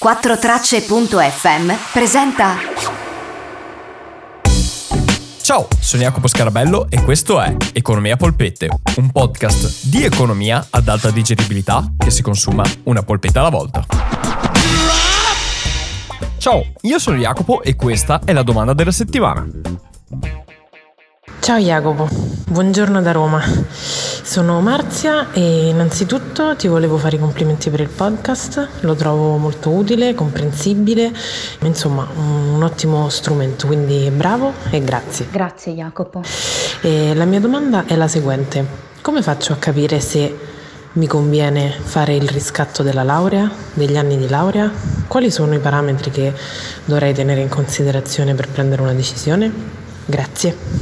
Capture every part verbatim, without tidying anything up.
quattro tracce punto effe emme presenta. Ciao, sono Jacopo Scarabello e questo è Economia Polpette, un podcast di economia ad alta digeribilità che si consuma una polpetta alla volta. Ciao, io sono Jacopo e questa è la domanda della settimana. Ciao Jacopo, buongiorno da Roma. Sono Marzia e innanzitutto ti volevo fare i complimenti per il podcast, lo trovo molto utile, comprensibile, insomma un ottimo strumento, quindi bravo e grazie. Grazie Jacopo. E la mia domanda è la seguente: come faccio a capire se mi conviene fare il riscatto della laurea, degli anni di laurea? Quali sono i parametri che dovrei tenere in considerazione per prendere una decisione? Grazie.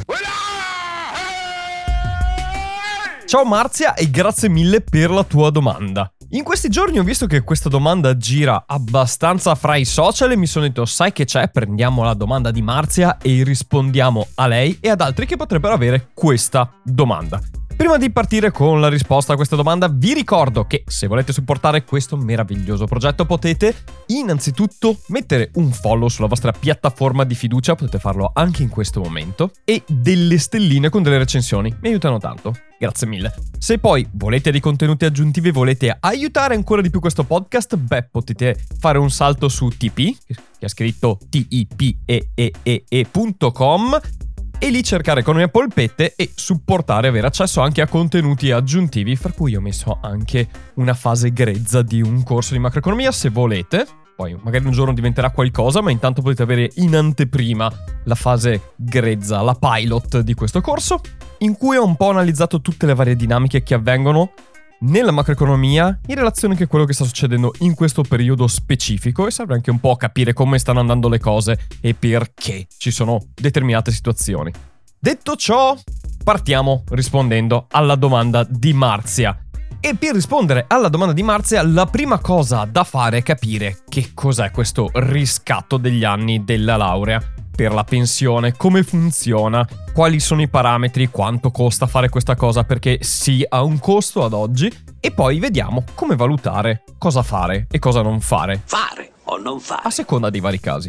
Ciao Marzia e grazie mille per la tua domanda. In questi giorni ho visto che questa domanda gira abbastanza fra i social e mi sono detto, sai che c'è? Prendiamo la domanda di Marzia e rispondiamo a lei e ad altri che potrebbero avere questa domanda. Prima di partire con la risposta a questa domanda, vi ricordo che se volete supportare questo meraviglioso progetto potete innanzitutto mettere un follow sulla vostra piattaforma di fiducia, potete farlo anche in questo momento, e delle stelline con delle recensioni, mi aiutano tanto. Grazie mille. Se poi volete dei contenuti aggiuntivi e volete aiutare ancora di più questo podcast, beh, potete fare un salto su Tipeee, che è scritto T I P E E E E punto com, e lì cercare Economia Polpette e supportare e avere accesso anche a contenuti aggiuntivi, fra cui ho messo anche una fase grezza di un corso di macroeconomia se volete. Poi magari un giorno diventerà qualcosa, ma intanto potete avere in anteprima la fase grezza, la pilot di questo corso, in cui ho un po' analizzato tutte le varie dinamiche che avvengono nella macroeconomia in relazione anche a quello che sta succedendo in questo periodo specifico, e serve anche un po' capire come stanno andando le cose e perché ci sono determinate situazioni. Detto ciò, partiamo rispondendo alla domanda di Marzia. E per rispondere alla domanda di Marzia, la prima cosa da fare è capire che cos'è questo riscatto degli anni della laurea per la pensione, come funziona, quali sono i parametri, quanto costa fare questa cosa, perché sì, ha un costo ad oggi, e poi vediamo come valutare cosa fare e cosa non fare. Fare o non fare. A seconda dei vari casi.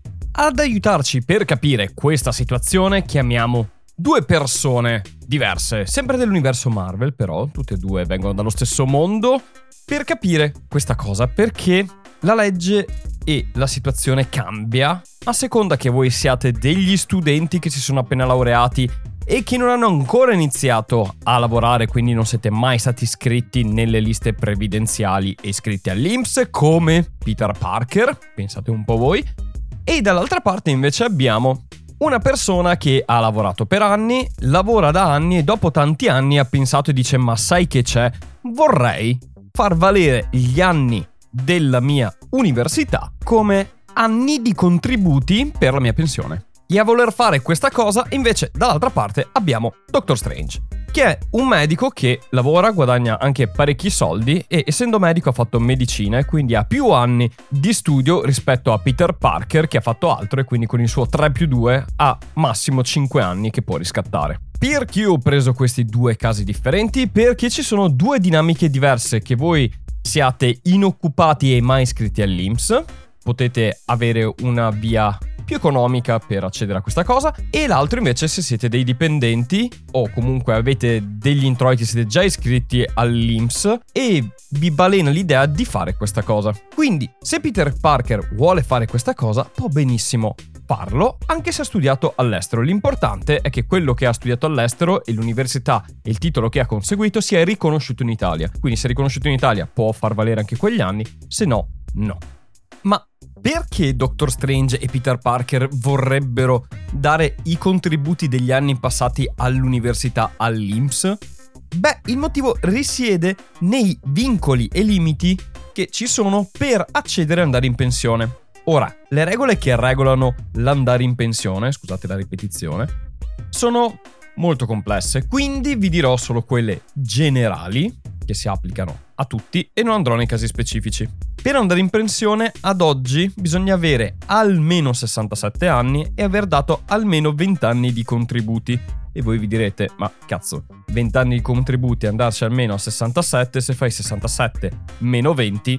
Ad aiutarci per capire questa situazione chiamiamo due persone diverse, sempre dell'universo Marvel però, tutte e due vengono dallo stesso mondo, per capire questa cosa, perché la legge e la situazione cambia a seconda che voi siate degli studenti che si sono appena laureati e che non hanno ancora iniziato a lavorare, quindi non siete mai stati iscritti nelle liste previdenziali e iscritti all'I N P S come Peter Parker, pensate un po' voi, e dall'altra parte invece abbiamo una persona che ha lavorato per anni, lavora da anni e dopo tanti anni ha pensato e dice, ma sai che c'è? Vorrei far valere gli anni della mia università come anni di contributi per la mia pensione. E a voler fare questa cosa, invece, dall'altra parte abbiamo Doctor Strange, che è un medico che lavora, guadagna anche parecchi soldi e essendo medico ha fatto medicina e quindi ha più anni di studio rispetto a Peter Parker che ha fatto altro e quindi con il suo tre più due ha massimo cinque anni che può riscattare. Perché ho preso questi due casi differenti? Perché ci sono due dinamiche diverse, che voi siate inoccupati e mai iscritti all'I N P S, potete avere una via più economica per accedere a questa cosa, e l'altro invece se siete dei dipendenti o comunque avete degli introiti, siete già iscritti all'I N P S e vi balena l'idea di fare questa cosa. Quindi se Peter Parker vuole fare questa cosa può benissimo farlo anche se ha studiato all'estero. L'importante è che quello che ha studiato all'estero e l'università e il titolo che ha conseguito sia riconosciuto in Italia. Quindi se è riconosciuto in Italia può far valere anche quegli anni, se no, no. Ma perché Doctor Strange e Peter Parker vorrebbero dare i contributi degli anni passati all'università all'I N P S? Beh, il motivo risiede nei vincoli e limiti che ci sono per accedere ad andare in pensione. Ora, le regole che regolano l'andare in pensione, scusate la ripetizione, sono molto complesse, quindi vi dirò solo quelle generali che si applicano a tutti e non andrò nei casi specifici. Per andare in pensione ad oggi bisogna avere almeno sessantasette anni e aver dato almeno venti anni di contributi. E voi vi direte, ma cazzo, venti anni di contributi e andarci almeno a sessantasette, se fai sessantasette meno venti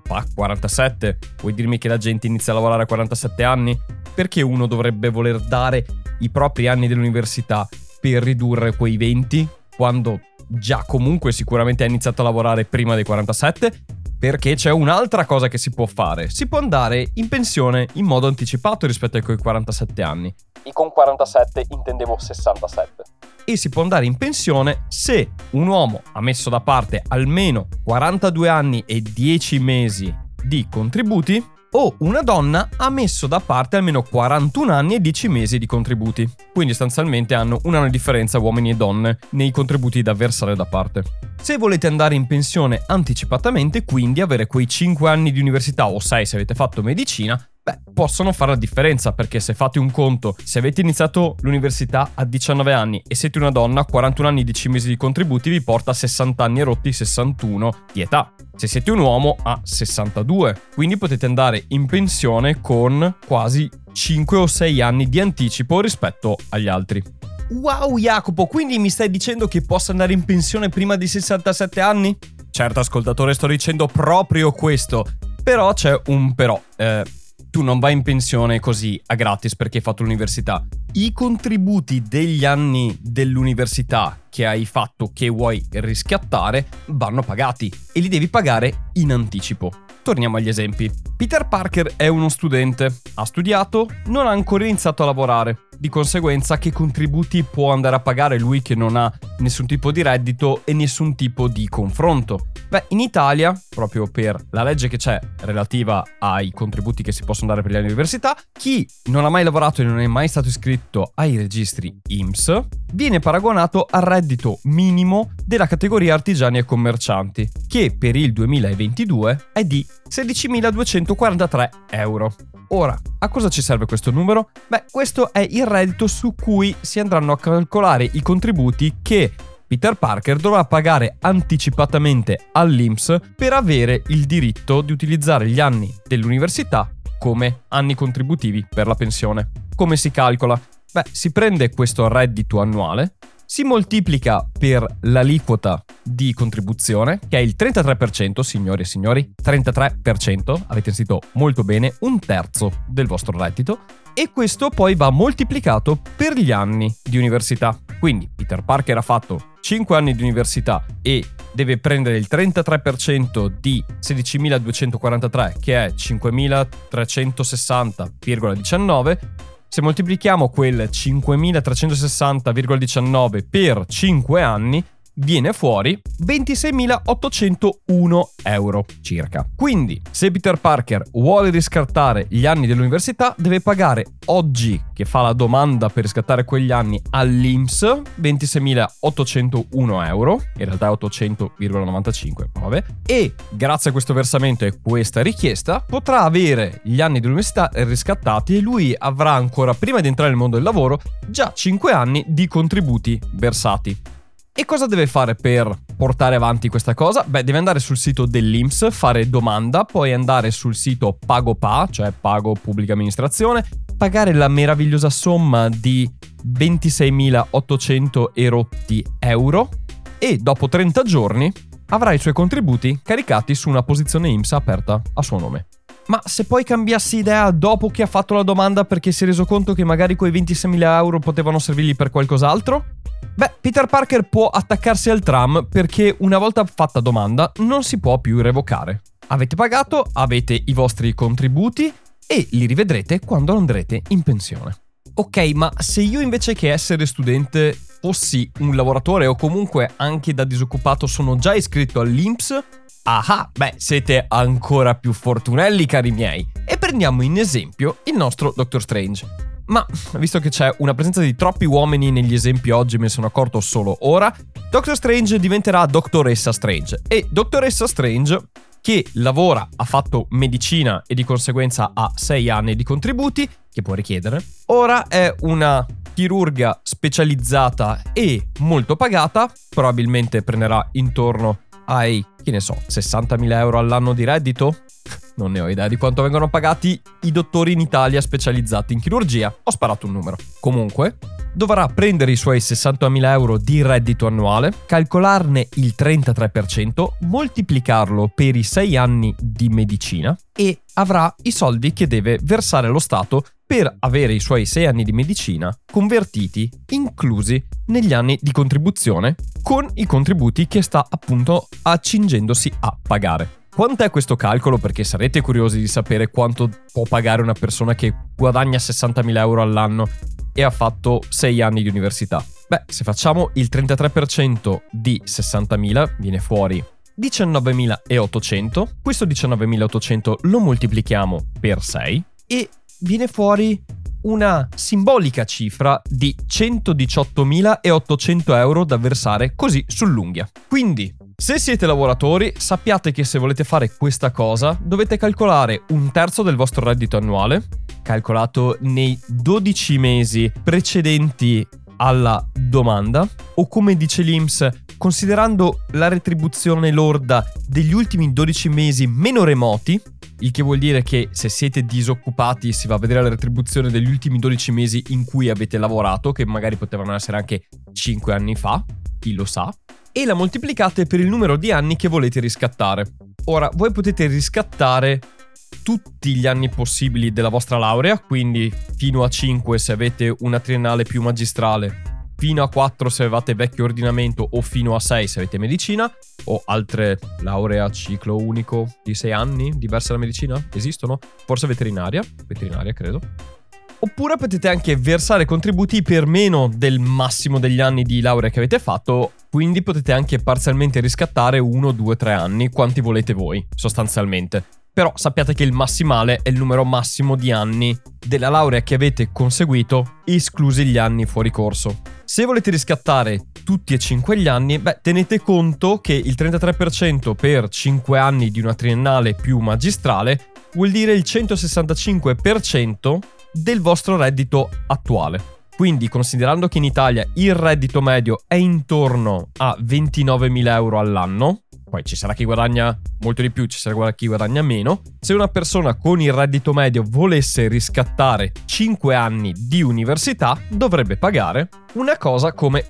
fa quarantasette. Vuoi dirmi che la gente inizia a lavorare a quarantasette anni? Perché uno dovrebbe voler dare i propri anni dell'università per ridurre quei venti, quando già comunque sicuramente ha iniziato a lavorare prima dei quarantasette? Perché c'è un'altra cosa che si può fare. Si può andare in pensione in modo anticipato rispetto ai quarantasette anni. E con quarantasette intendevo sessantasette. E si può andare in pensione se un uomo ha messo da parte almeno quarantadue anni e dieci mesi di contributi, o una donna ha messo da parte almeno quarantuno anni e dieci mesi di contributi. Quindi sostanzialmente hanno un anno di differenza uomini e donne nei contributi da versare da parte. Se volete andare in pensione anticipatamente, quindi avere quei cinque anni di università o sei se avete fatto medicina, beh, possono fare la differenza, perché se fate un conto, se avete iniziato l'università a diciannove anni e siete una donna, quarantuno anni e dieci mesi di contributi vi porta a sessanta anni e rotti, sessantuno di età. Se siete un uomo a sessantadue, quindi potete andare in pensione con quasi cinque o sei anni di anticipo rispetto agli altri. Wow Jacopo, quindi mi stai dicendo che posso andare in pensione prima di sessantasette anni? Certo ascoltatore, sto dicendo proprio questo, però c'è un però. Eh, tu non vai in pensione così a gratis perché hai fatto l'università. I contributi degli anni dell'università che hai fatto, che vuoi riscattare, vanno pagati e li devi pagare in anticipo. Torniamo agli esempi. Peter Parker è uno studente, ha studiato, non ha ancora iniziato a lavorare. Di conseguenza, che contributi può andare a pagare lui che non ha nessun tipo di reddito e nessun tipo di confronto? Beh, in Italia, proprio per la legge che c'è relativa ai contributi che si possono dare per gli anni di università, chi non ha mai lavorato e non è mai stato iscritto ai registri I N P S viene paragonato al reddito minimo della categoria artigiani e commercianti, che per il duemilaventidue è di sedicimiladuecentoquarantatré euro. Ora, a cosa ci serve questo numero? Beh, questo è il reddito su cui si andranno a calcolare i contributi che Peter Parker dovrà pagare anticipatamente all'I N P S per avere il diritto di utilizzare gli anni dell'università come anni contributivi per la pensione. Come si calcola? Beh, si prende questo reddito annuale, si moltiplica per l'aliquota di contribuzione, che è il trentatré per cento, signori e signori, trentatré per cento, avete sentito molto bene, un terzo del vostro reddito, e questo poi va moltiplicato per gli anni di università. Quindi Peter Parker ha fatto cinque anni di università e deve prendere il trentatré per cento di sedicimiladuecentoquarantatré, che è cinquemilatrecentosessanta virgola diciannove. Se moltiplichiamo quel cinquemilatrecentosessanta virgola diciannove per cinque anni, viene fuori ventiseimilaottocentouno euro circa. Quindi, se Peter Parker vuole riscattare gli anni dell'università, deve pagare oggi, che fa la domanda per riscattare quegli anni all'I N P S, ventiseimilaottocentouno euro, in realtà è ottocento virgola novantacinque, vabbè, e grazie a questo versamento e questa richiesta potrà avere gli anni dell'università riscattati e lui avrà ancora, prima di entrare nel mondo del lavoro, già cinque anni di contributi versati. E cosa deve fare per portare avanti questa cosa? Beh, deve andare sul sito dell'I N P S, fare domanda, poi andare sul sito PagoPA, cioè Pago Pubblica Amministrazione, pagare la meravigliosa somma di ventiseimilaottocento e rotti euro e dopo trenta giorni avrà i suoi contributi caricati su una posizione I N P S aperta a suo nome. Ma se poi cambiassi idea dopo che ha fatto la domanda perché si è reso conto che magari quei ventiseimila euro potevano servirgli per qualcos'altro? Beh, Peter Parker può attaccarsi al tram perché una volta fatta domanda non si può più revocare. Avete pagato, avete i vostri contributi e li rivedrete quando andrete in pensione. Ok, ma se io invece che essere studente fossi un lavoratore o comunque anche da disoccupato sono già iscritto all'I N P S, ah, beh, siete ancora più fortunelli, cari miei. E prendiamo in esempio il nostro Doctor Strange. Ma, visto che c'è una presenza di troppi uomini negli esempi oggi, me ne sono accorto solo ora, Doctor Strange diventerà Dottoressa Strange. E Dottoressa Strange, che lavora, ha fatto medicina e di conseguenza ha sei anni di contributi, che può richiedere, ora è una chirurga specializzata e molto pagata, probabilmente prenderà intorno ai, che ne so, sessantamila euro all'anno di reddito? Non ne ho idea di quanto vengono pagati i dottori in Italia specializzati in chirurgia. Ho sparato un numero. Comunque, dovrà prendere i suoi sessantamila euro di reddito annuale, calcolarne il trentatré per cento, moltiplicarlo per i sei anni di medicina e avrà i soldi che deve versare allo Stato per avere i suoi sei anni di medicina convertiti, inclusi negli anni di contribuzione, con i contributi che sta appunto accingendosi a pagare. Quant'è questo calcolo? Perché sarete curiosi di sapere quanto può pagare una persona che guadagna sessantamila euro all'anno e ha fatto sei anni di università. Beh, se facciamo il trentatré per cento di sessantamila, viene fuori diciannovemilaottocento. Questo diciannovemilaottocento lo moltiplichiamo per sei e viene fuori una simbolica cifra di centodiciottomilaottocento euro da versare così sull'unghia. Quindi, se siete lavoratori, sappiate che se volete fare questa cosa dovete calcolare un terzo del vostro reddito annuale, calcolato nei dodici mesi precedenti alla domanda, o come dice l'I N P S, considerando la retribuzione lorda degli ultimi dodici mesi meno remoti, il che vuol dire che se siete disoccupati si va a vedere la retribuzione degli ultimi dodici mesi in cui avete lavorato, che magari potevano essere anche cinque anni fa, chi lo sa, e la moltiplicate per il numero di anni che volete riscattare. Ora, voi potete riscattare tutti gli anni possibili della vostra laurea, quindi fino a cinque se avete una triennale più magistrale, fino a quattro se avete vecchio ordinamento o fino a sei se avete medicina, o altre lauree a ciclo unico di sei anni diverse dalla medicina, esistono? Forse veterinaria, veterinaria credo. Oppure potete anche versare contributi per meno del massimo degli anni di laurea che avete fatto, quindi potete anche parzialmente riscattare uno, due, tre anni, quanti volete voi, sostanzialmente. Però sappiate che il massimale è il numero massimo di anni della laurea che avete conseguito, esclusi gli anni fuori corso. Se volete riscattare tutti e cinque gli anni, beh, tenete conto che il trentatré per cento per cinque anni di una triennale più magistrale vuol dire il centosessantacinque per cento del vostro reddito attuale. Quindi, considerando che in Italia il reddito medio è intorno a ventinovemila euro all'anno, poi ci sarà chi guadagna molto di più, ci sarà chi guadagna meno, se una persona con il reddito medio volesse riscattare cinque anni di università, dovrebbe pagare una cosa come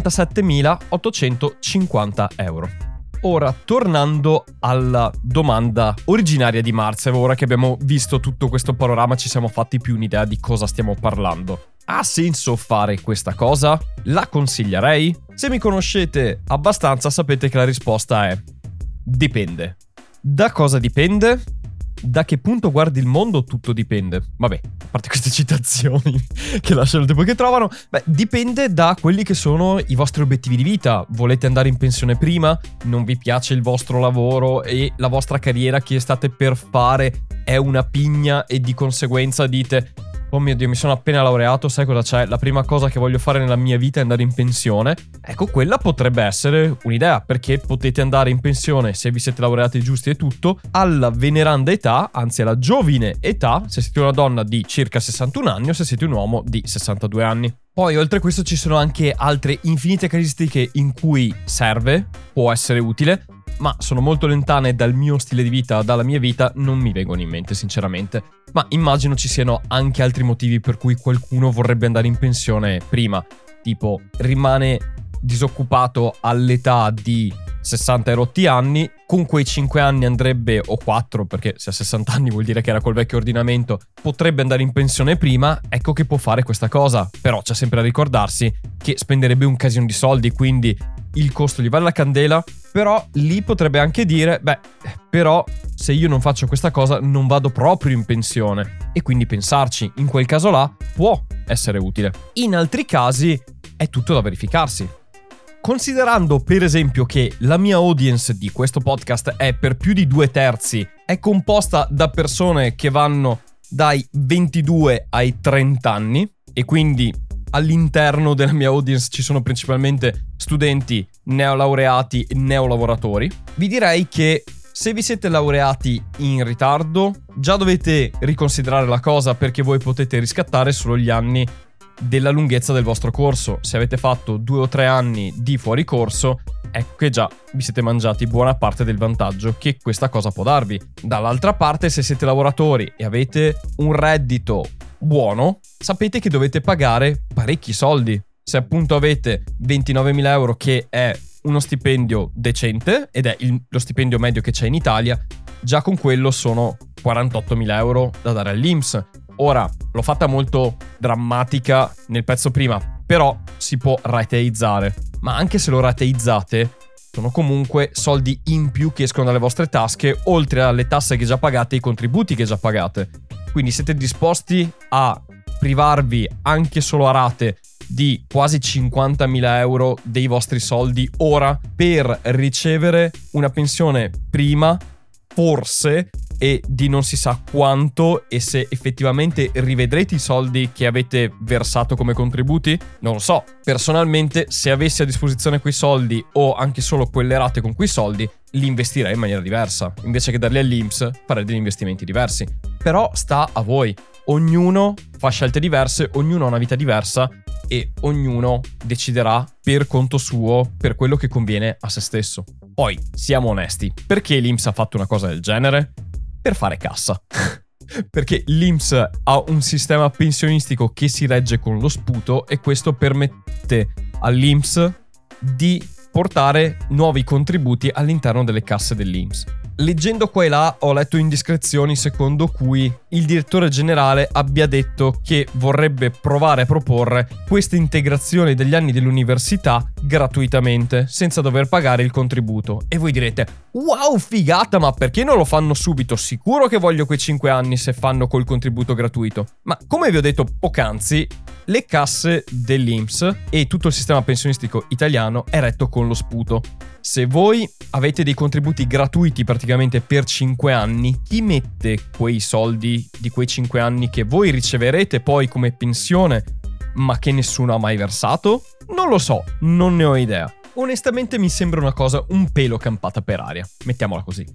quarantasettemilaottocentocinquanta euro. Ora, tornando alla domanda originaria di Marzev, ora che abbiamo visto tutto questo panorama, ci siamo fatti più un'idea di cosa stiamo parlando. Ha senso fare questa cosa? La consiglierei? Se mi conoscete abbastanza sapete che la risposta è dipende. Da cosa dipende? Da che punto guardi il mondo tutto dipende. Vabbè, a parte queste citazioni che lasciano il tempo che trovano, beh, dipende da quelli che sono i vostri obiettivi di vita. Volete andare in pensione prima? Non vi piace il vostro lavoro e la vostra carriera che state per fare è una pigna e di conseguenza dite: oh mio Dio, mi sono appena laureato, sai cosa c'è? La prima cosa che voglio fare nella mia vita è andare in pensione. Ecco, quella potrebbe essere un'idea, perché potete andare in pensione, se vi siete laureati giusti e tutto, alla veneranda età, anzi alla giovine età, se siete una donna di circa sessantuno anni o se siete un uomo di sessantadue anni. Poi, oltre a questo, ci sono anche altre infinite casistiche in cui serve, può essere utile, ma sono molto lontane dal mio stile di vita, dalla mia vita, non mi vengono in mente sinceramente. Ma immagino ci siano anche altri motivi per cui qualcuno vorrebbe andare in pensione prima, tipo rimane disoccupato all'età di sessanta e rotti anni, con quei cinque anni andrebbe, o quattro, perché se ha sessanta anni vuol dire che era col vecchio ordinamento, potrebbe andare in pensione prima, ecco che può fare questa cosa. Però c'è sempre da ricordarsi che spenderebbe un casino di soldi, quindi il costo gli vale la candela, però lì potrebbe anche dire, beh, però se io non faccio questa cosa non vado proprio in pensione, e quindi pensarci, in quel caso là può essere utile. In altri casi è tutto da verificarsi. Considerando per esempio che la mia audience di questo podcast è per più di due terzi, è composta da persone che vanno dai ventidue ai trenta anni, e quindi all'interno della mia audience ci sono principalmente studenti, neolaureati e neolavoratori, vi direi che se vi siete laureati in ritardo, già dovete riconsiderare la cosa, perché voi potete riscattare solo gli anni della lunghezza del vostro corso. Se avete fatto due o tre anni di fuori corso, ecco che già vi siete mangiati buona parte del vantaggio che questa cosa può darvi. Dall'altra parte, se siete lavoratori e avete un reddito buono, sapete che dovete pagare parecchi soldi. Se appunto avete ventinovemila euro, che è uno stipendio decente, ed è il, lo stipendio medio che c'è in Italia, già con quello sono quarantottomila euro da dare all'I N P S. Ora, l'ho fatta molto drammatica nel pezzo prima, però si può rateizzare. Ma anche se lo rateizzate, sono comunque soldi in più che escono dalle vostre tasche, oltre alle tasse che già pagate e i contributi che già pagate. Quindi siete disposti a privarvi anche solo a rate di quasi cinquantamila euro dei vostri soldi ora per ricevere una pensione prima, forse, e di non si sa quanto, e se effettivamente rivedrete i soldi che avete versato come contributi? Non lo so. Personalmente, se avessi a disposizione quei soldi o anche solo quelle rate con quei soldi, li investirei in maniera diversa. Invece che darli all'I N P S, farei degli investimenti diversi. Però sta a voi. Ognuno fa scelte diverse, ognuno ha una vita diversa e ognuno deciderà per conto suo, per quello che conviene a se stesso. Poi, siamo onesti, perché l'I N P S ha fatto una cosa del genere? Per fare cassa. Perché l'I N P S ha un sistema pensionistico che si regge con lo sputo e questo permette all'I N P S di portare nuovi contributi all'interno delle casse dell'I N P S. Leggendo qua e là ho letto indiscrezioni secondo cui il direttore generale abbia detto che vorrebbe provare a proporre questa integrazione degli anni dell'università gratuitamente, senza dover pagare il contributo. E voi direte: wow, figata, ma perché non lo fanno subito? Sicuro che voglio quei cinque anni se fanno col contributo gratuito. Ma come vi ho detto poc'anzi, le casse dell'I N P S e tutto il sistema pensionistico italiano è retto con lo sputo. Se voi avete dei contributi gratuiti praticamente per cinque anni, chi mette quei soldi di quei cinque anni che voi riceverete poi come pensione, ma che nessuno ha mai versato? Non lo so, non ne ho idea. Onestamente mi sembra una cosa un pelo campata per aria, mettiamola così.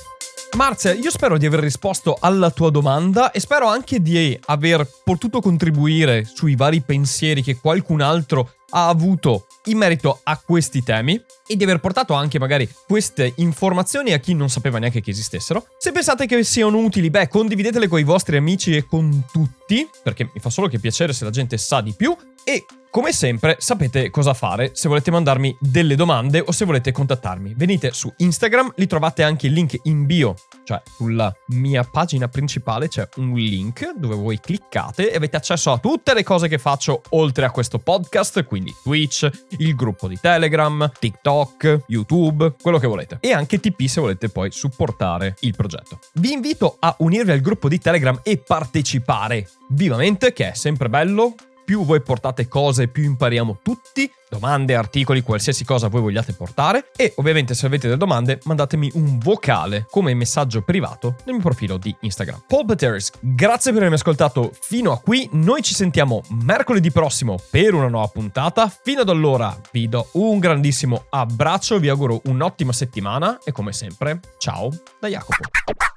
Marzia, io spero di aver risposto alla tua domanda e spero anche di aver potuto contribuire sui vari pensieri che qualcun altro ha avuto in merito a questi temi e di aver portato anche magari queste informazioni a chi non sapeva neanche che esistessero. Se pensate che siano utili, beh, condividetele con i vostri amici e con tutti, perché mi fa solo che piacere se la gente sa di più. E come sempre sapete cosa fare se volete mandarmi delle domande o se volete contattarmi. Venite su Instagram, lì trovate anche il link in bio, cioè sulla mia pagina principale c'è un link dove voi cliccate e avete accesso a tutte le cose che faccio oltre a questo podcast, quindi Twitch, il gruppo di Telegram, TikTok, YouTube, quello che volete. E anche T P se volete poi supportare il progetto. Vi invito a unirvi al gruppo di Telegram e partecipare vivamente, che è sempre bello. Più voi portate cose, più impariamo tutti. Domande, articoli, qualsiasi cosa voi vogliate portare. E ovviamente se avete delle domande mandatemi un vocale come messaggio privato nel mio profilo di Instagram. Paul Pateris, grazie per avermi ascoltato fino a qui. Noi ci sentiamo mercoledì prossimo per una nuova puntata. Fino ad allora vi do un grandissimo abbraccio, vi auguro un'ottima settimana e come sempre ciao da Jacopo.